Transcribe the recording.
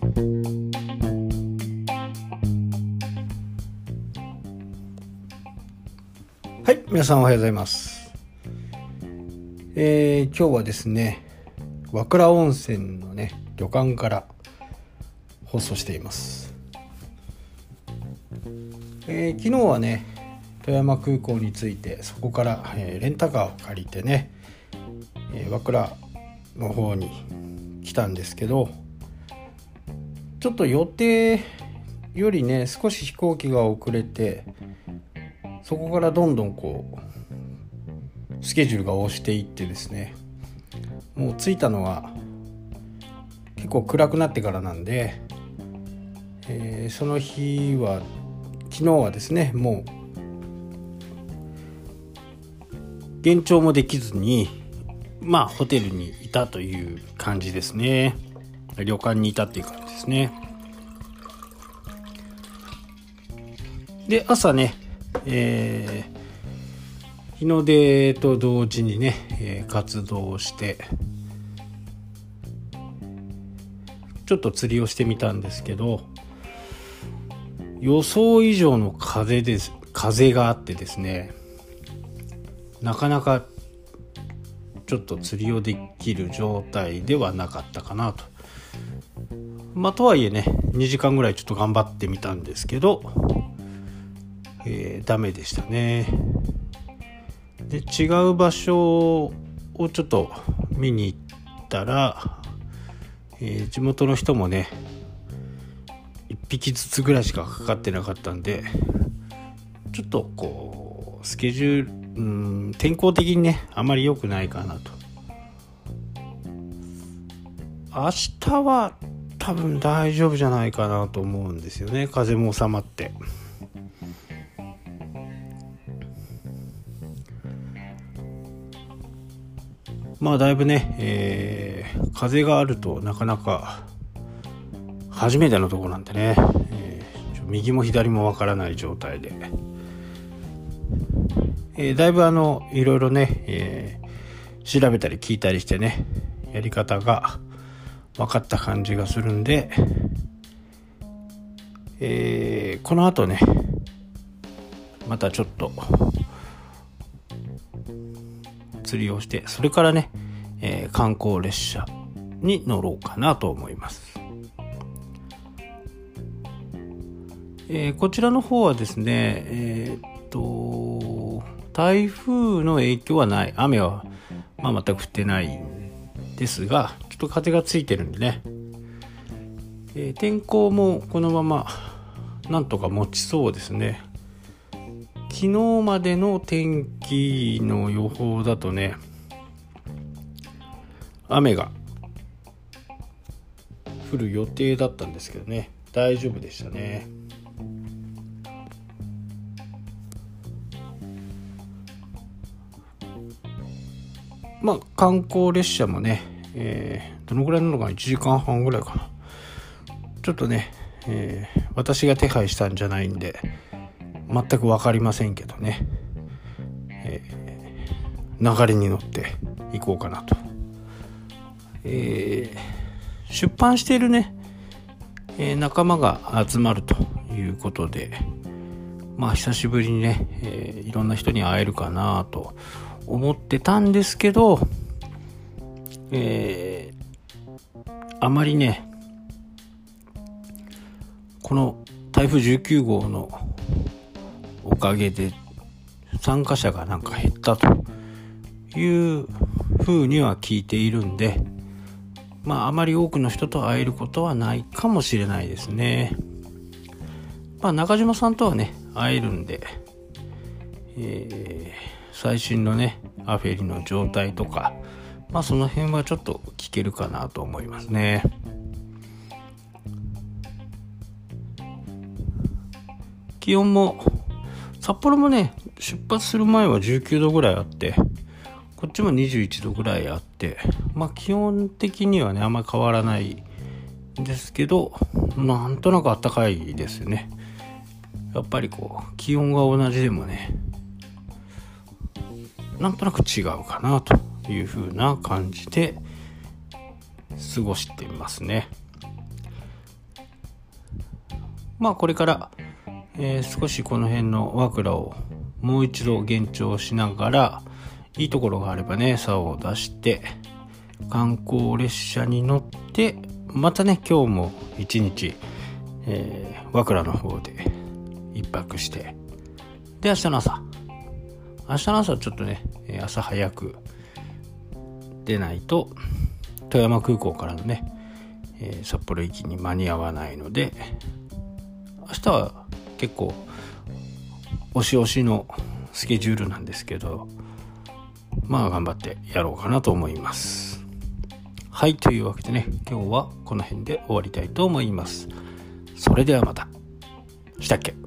はい、皆さんおはようございます。今日はですね、和倉温泉のね旅館から放送しています。昨日はね富山空港に着いて、そこから、レンタカーを借りてね、和倉の方に来たんですけど、ちょっと予定よりね少し飛行機が遅れて、そこからどんどんスケジュールが押していってですね、もう着いたのは結構暗くなってからなんで、その日は昨日はですね、もう現地もできずにホテルにいたという感じですね。旅館にいたっていう感じですね。で、朝ね、日の出と同時にね、活動をしてちょっと釣りをしてみたんですけど、予想以上の風があってですね、なかなかちょっと釣りをできる状態ではなかったかなと。とはいえね、2時間ぐらいちょっと頑張ってみたんですけど、ダメでしたね。で、違う場所をちょっと見に行ったら、地元の人もね1匹ずつぐらいしかかかってなかったんで、ちょっとスケジュール、天候的にねあまり良くないかなと。明日は多分大丈夫じゃないかなと思うんですよね。風も収まって、だいぶね、風があるとなかなか初めてのところなんでね、右も左もわからない状態で、だいぶいろいろね、調べたり聞いたりしてね、やり方が分かった感じがするんで、この後ねまたちょっと釣りをして、それからね、観光列車に乗ろうかなと思います。こちらの方はですね、台風の影響はない、雨は全く降ってないんですが、ちょっと風がついてるんでね、天候もこのままなんとか持ちそうですね。昨日までの天気の予報だとね、雨が降る予定だったんですけどね、大丈夫でしたね。観光列車もね、どのぐらいなのかな、1時間半ぐらいかな。ちょっとね、私が手配したんじゃないんで全く分かりませんけどね、流れに乗っていこうかなと。出版しているね、仲間が集まるということで、久しぶりにね、いろんな人に会えるかなと思ってたんですけど、あまりねこの台風19号のおかげで参加者がなんか減ったという風には聞いているんで、あまり多くの人と会えることはないかもしれないですね。中島さんとはね会えるんで、最新のねアフェリの状態とか、その辺はちょっと聞けるかなと思いますね。気温も札幌もね出発する前は19度ぐらいあって、こっちも21度ぐらいあって、気温的にはねあんまり変わらないんですけど、なんとなく暖かいですよね。やっぱり気温が同じでもねなんとなく違うかなという風な感じで過ごしていますね。 これから、少しこの辺の和倉をもう一度幻聴しながら、いいところがあればね竿を出して観光列車に乗って、またね今日も一日、和倉の方で一泊して、で明日の朝ちょっとね朝早く出ないと富山空港からのね、札幌行きに間に合わないので、明日は結構押し押しのスケジュールなんですけど、頑張ってやろうかなと思います。はい、というわけでね今日はこの辺で終わりたいと思います。それではまた。したっけ。